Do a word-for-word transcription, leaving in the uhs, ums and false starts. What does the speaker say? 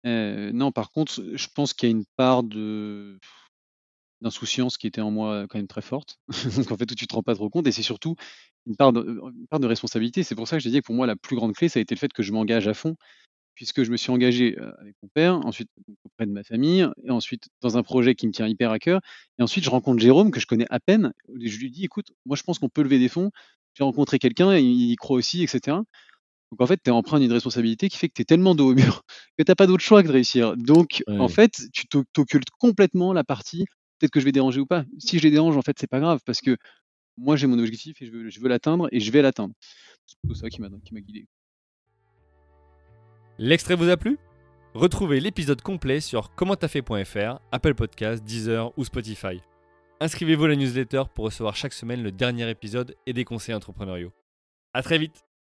Heu, non, par contre, je pense qu'il y a une part de d'insouciance qui était en moi quand même très forte. Donc en fait, où tu te rends pas trop compte et c'est surtout une part de, heu, une part de responsabilité. C'est pour ça que je te disais que pour moi, la plus grande clé, ça a été le fait que je m'engage à fond, puisque je me suis engagé, heu, avec mon père, ensuite donc auprès de ma famille et ensuite dans un projet qui me tient hyper à cœur et ensuite je rencontre Jérôme que je connais à peine et je lui dis: «Écoute, moi je pense qu'on peut lever des fonds». J'ai rencontré quelqu'un et il y croit aussi et cetera. Donc en fait, tu es empreint d'une responsabilité qui fait que tu es tellement dos au mur que tu as pas d'autre choix que de réussir. Donc en Ouais. fait, tu t'oc t'occultes complètement la partie, peut-être que je vais déranger ou pas. Si je les dérange, en fait, c'est pas grave parce que moi j'ai mon objectif et je veux je veux l'atteindre et je vais l'atteindre. C'est plutôt ça qui m'a qui m'a guidé. L'extrait vous a plu? Retrouvez l'épisode complet sur comment t'as fait point f r, Apple Podcasts, Deezer ou Spotify. Inscrivez-vous à la newsletter pour recevoir chaque semaine le dernier épisode et des conseils entrepreneuriaux. À très vite!